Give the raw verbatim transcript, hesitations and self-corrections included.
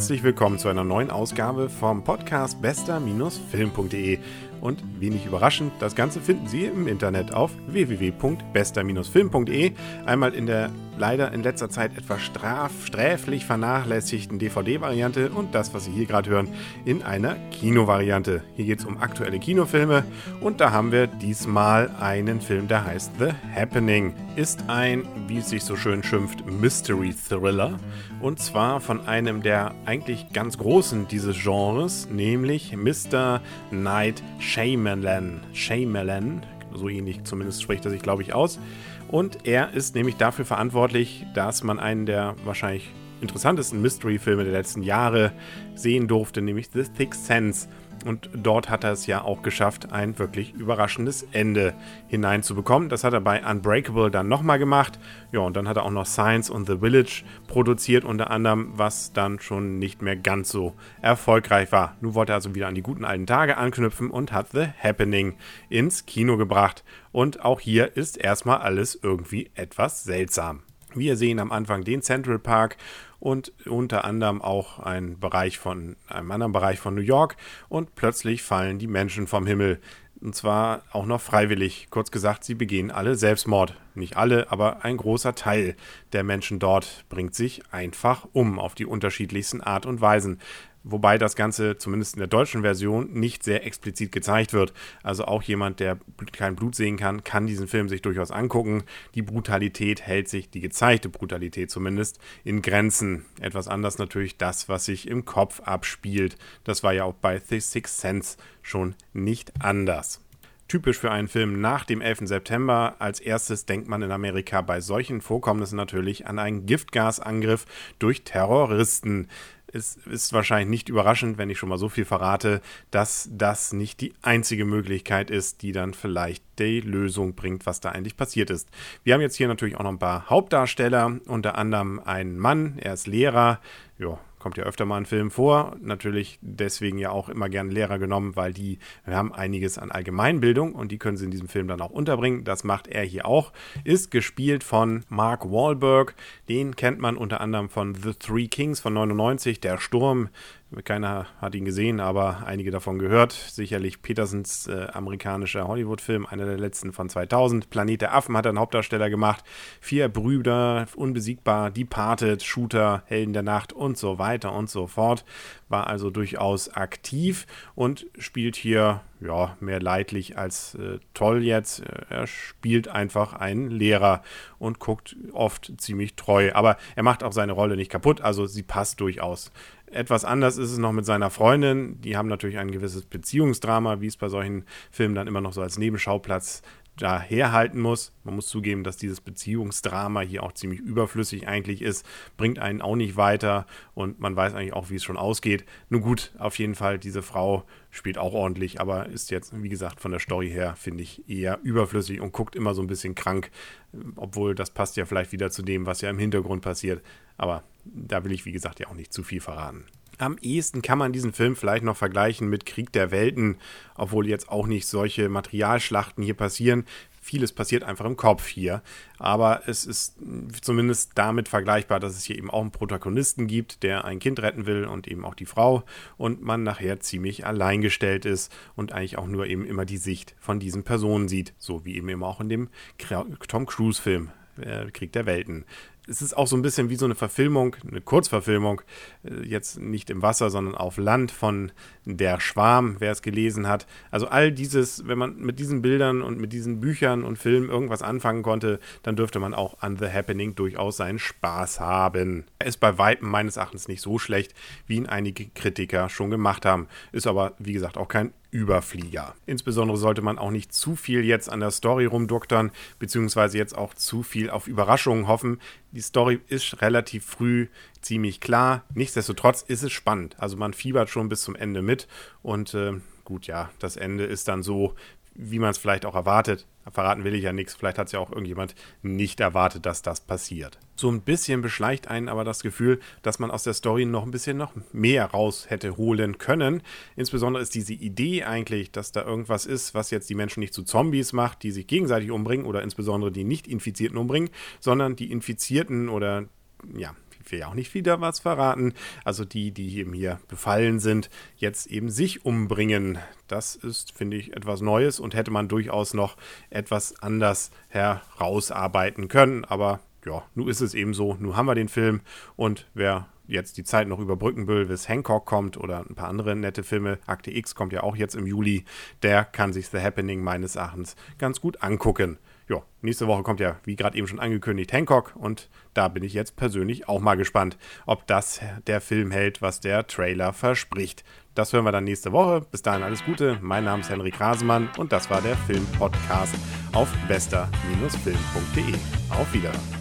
herzlich willkommen zu einer neuen Ausgabe vom Podcast bester Film punkt de. Und wenig überraschend, das Ganze finden Sie im Internet auf w w w punkt bester Film punkt de. Einmal in der leider in letzter Zeit etwas straf, sträflich vernachlässigten D V D-Variante und das, was Sie hier gerade hören, in einer Kinovariante. Hier geht es um aktuelle Kinofilme und da haben wir diesmal einen Film, der heißt The Happening. Ist ein, wie es sich so schön schimpft, Mystery Thriller und zwar von einem der eigentlich ganz großen dieses Genres, nämlich Mister Night Shyamalan. Shyamalan, so ähnlich zumindest spricht er sich, glaube ich, aus. Und er ist nämlich dafür verantwortlich, dass man einen der wahrscheinlich interessantesten Mystery-Filme der letzten Jahre sehen durfte, nämlich The Sixth Sense. Und dort hat er es ja auch geschafft, ein wirklich überraschendes Ende hineinzubekommen. Das hat er bei Unbreakable dann nochmal gemacht. Ja, und dann hat er auch noch Science und The Village produziert, unter anderem, was dann schon nicht mehr ganz so erfolgreich war. Nun wollte er also wieder an die guten alten Tage anknüpfen und hat The Happening ins Kino gebracht. Und auch hier ist erstmal alles irgendwie etwas seltsam. Wir sehen am Anfang den Central Park und unter anderem auch einen Bereich von einem anderen Bereich von New York und plötzlich fallen die Menschen vom Himmel. Und zwar auch noch freiwillig. Kurz gesagt, sie begehen alle Selbstmord. Nicht alle, aber ein großer Teil der Menschen dort bringt sich einfach um auf die unterschiedlichsten Art und Weisen. Wobei das Ganze zumindest in der deutschen Version nicht sehr explizit gezeigt wird. Also auch jemand, der kein Blut sehen kann, kann diesen Film sich durchaus angucken. Die Brutalität hält sich, die gezeigte Brutalität zumindest, in Grenzen. Etwas anders natürlich das, was sich im Kopf abspielt. Das war ja auch bei The Sixth Sense schon nicht anders. Typisch für einen Film nach dem elften September. Als erstes denkt man in Amerika bei solchen Vorkommnissen natürlich an einen Giftgasangriff durch Terroristen. Es ist wahrscheinlich nicht überraschend, wenn ich schon mal so viel verrate, dass das nicht die einzige Möglichkeit ist, die dann vielleicht die Lösung bringt, was da eigentlich passiert ist. Wir haben jetzt hier natürlich auch noch ein paar Hauptdarsteller, unter anderem einen Mann, er ist Lehrer, ja, kommt ja öfter mal in Filmen vor, natürlich deswegen ja auch immer gern Lehrer genommen, weil die, wir haben einiges an Allgemeinbildung und die können sie in diesem Film dann auch unterbringen, das macht er hier auch, ist gespielt von Mark Wahlberg, den kennt man unter anderem von The Three Kings von neunundneunzig, Der Sturm, keiner hat ihn gesehen, aber einige davon gehört. Sicherlich Petersens äh, amerikanischer Hollywood-Film, einer der letzten von zweitausend. Planet der Affen hat er einen Hauptdarsteller gemacht. Vier Brüder, Unbesiegbar, Departed, Shooter, Helden der Nacht und so weiter und so fort. War also durchaus aktiv und spielt hier ja mehr leidlich als äh, toll jetzt. Er spielt einfach einen Lehrer und guckt oft ziemlich treu. Aber er macht auch seine Rolle nicht kaputt, also sie passt durchaus. Etwas anders ist es noch mit seiner Freundin. Die haben natürlich ein gewisses Beziehungsdrama, wie es bei solchen Filmen dann immer noch so als Nebenschauplatz da herhalten muss. Man muss zugeben, dass dieses Beziehungsdrama hier auch ziemlich überflüssig eigentlich ist, bringt einen auch nicht weiter und man weiß eigentlich auch, wie es schon ausgeht. Nun gut, auf jeden Fall, diese Frau spielt auch ordentlich, aber ist jetzt, wie gesagt, von der Story her, finde ich, eher überflüssig und guckt immer so ein bisschen krank, obwohl das passt ja vielleicht wieder zu dem, was ja im Hintergrund passiert, aber da will ich, wie gesagt, ja auch nicht zu viel verraten. Am ehesten kann man diesen Film vielleicht noch vergleichen mit Krieg der Welten, obwohl jetzt auch nicht solche Materialschlachten hier passieren. Vieles passiert einfach im Kopf hier, aber es ist zumindest damit vergleichbar, dass es hier eben auch einen Protagonisten gibt, der ein Kind retten will und eben auch die Frau und man nachher ziemlich alleingestellt ist und eigentlich auch nur eben immer die Sicht von diesen Personen sieht, so wie eben immer auch in dem Tom Cruise-Film Krieg der Welten. Es ist auch so ein bisschen wie so eine Verfilmung, eine Kurzverfilmung, jetzt nicht im Wasser, sondern auf Land von Der Schwarm, wer es gelesen hat. Also all dieses, wenn man mit diesen Bildern und mit diesen Büchern und Filmen irgendwas anfangen konnte, dann dürfte man auch an The Happening durchaus seinen Spaß haben. Er ist bei Weitem meines Erachtens nicht so schlecht, wie ihn einige Kritiker schon gemacht haben. Ist aber, wie gesagt, auch kein Überflieger. Insbesondere sollte man auch nicht zu viel jetzt an der Story rumdoktern, beziehungsweise jetzt auch zu viel auf Überraschungen hoffen. Die Story ist relativ früh ziemlich klar. Nichtsdestotrotz ist es spannend. Also man fiebert schon bis zum Ende mit und äh, gut, ja, das Ende ist dann so, wie man es vielleicht auch erwartet. Verraten will ich ja nichts. Vielleicht hat es ja auch irgendjemand nicht erwartet, dass das passiert. So ein bisschen beschleicht einen aber das Gefühl, dass man aus der Story noch ein bisschen noch mehr raus hätte holen können. Insbesondere ist diese Idee eigentlich, dass da irgendwas ist, was jetzt die Menschen nicht zu Zombies macht, die sich gegenseitig umbringen oder insbesondere die Nicht-Infizierten umbringen, sondern die Infizierten oder ja, will ja auch nicht wieder was verraten, also die, die eben hier befallen sind, jetzt eben sich umbringen. Das ist, finde ich, etwas Neues und hätte man durchaus noch etwas anders herausarbeiten können, aber ja, nun ist es eben so, nun haben wir den Film und wer jetzt die Zeit noch überbrücken will, bis Hancock kommt oder ein paar andere nette Filme, Akte X kommt ja auch jetzt im Juli, der kann sich The Happening meines Erachtens ganz gut angucken. Ja, nächste Woche kommt ja, wie gerade eben schon angekündigt, Hancock und da bin ich jetzt persönlich auch mal gespannt, ob das der Film hält, was der Trailer verspricht. Das hören wir dann nächste Woche. Bis dahin alles Gute. Mein Name ist Henrik Rasemann und das war der Film-Podcast auf bester Bindestrich film punkt de. Auf Wiedersehen.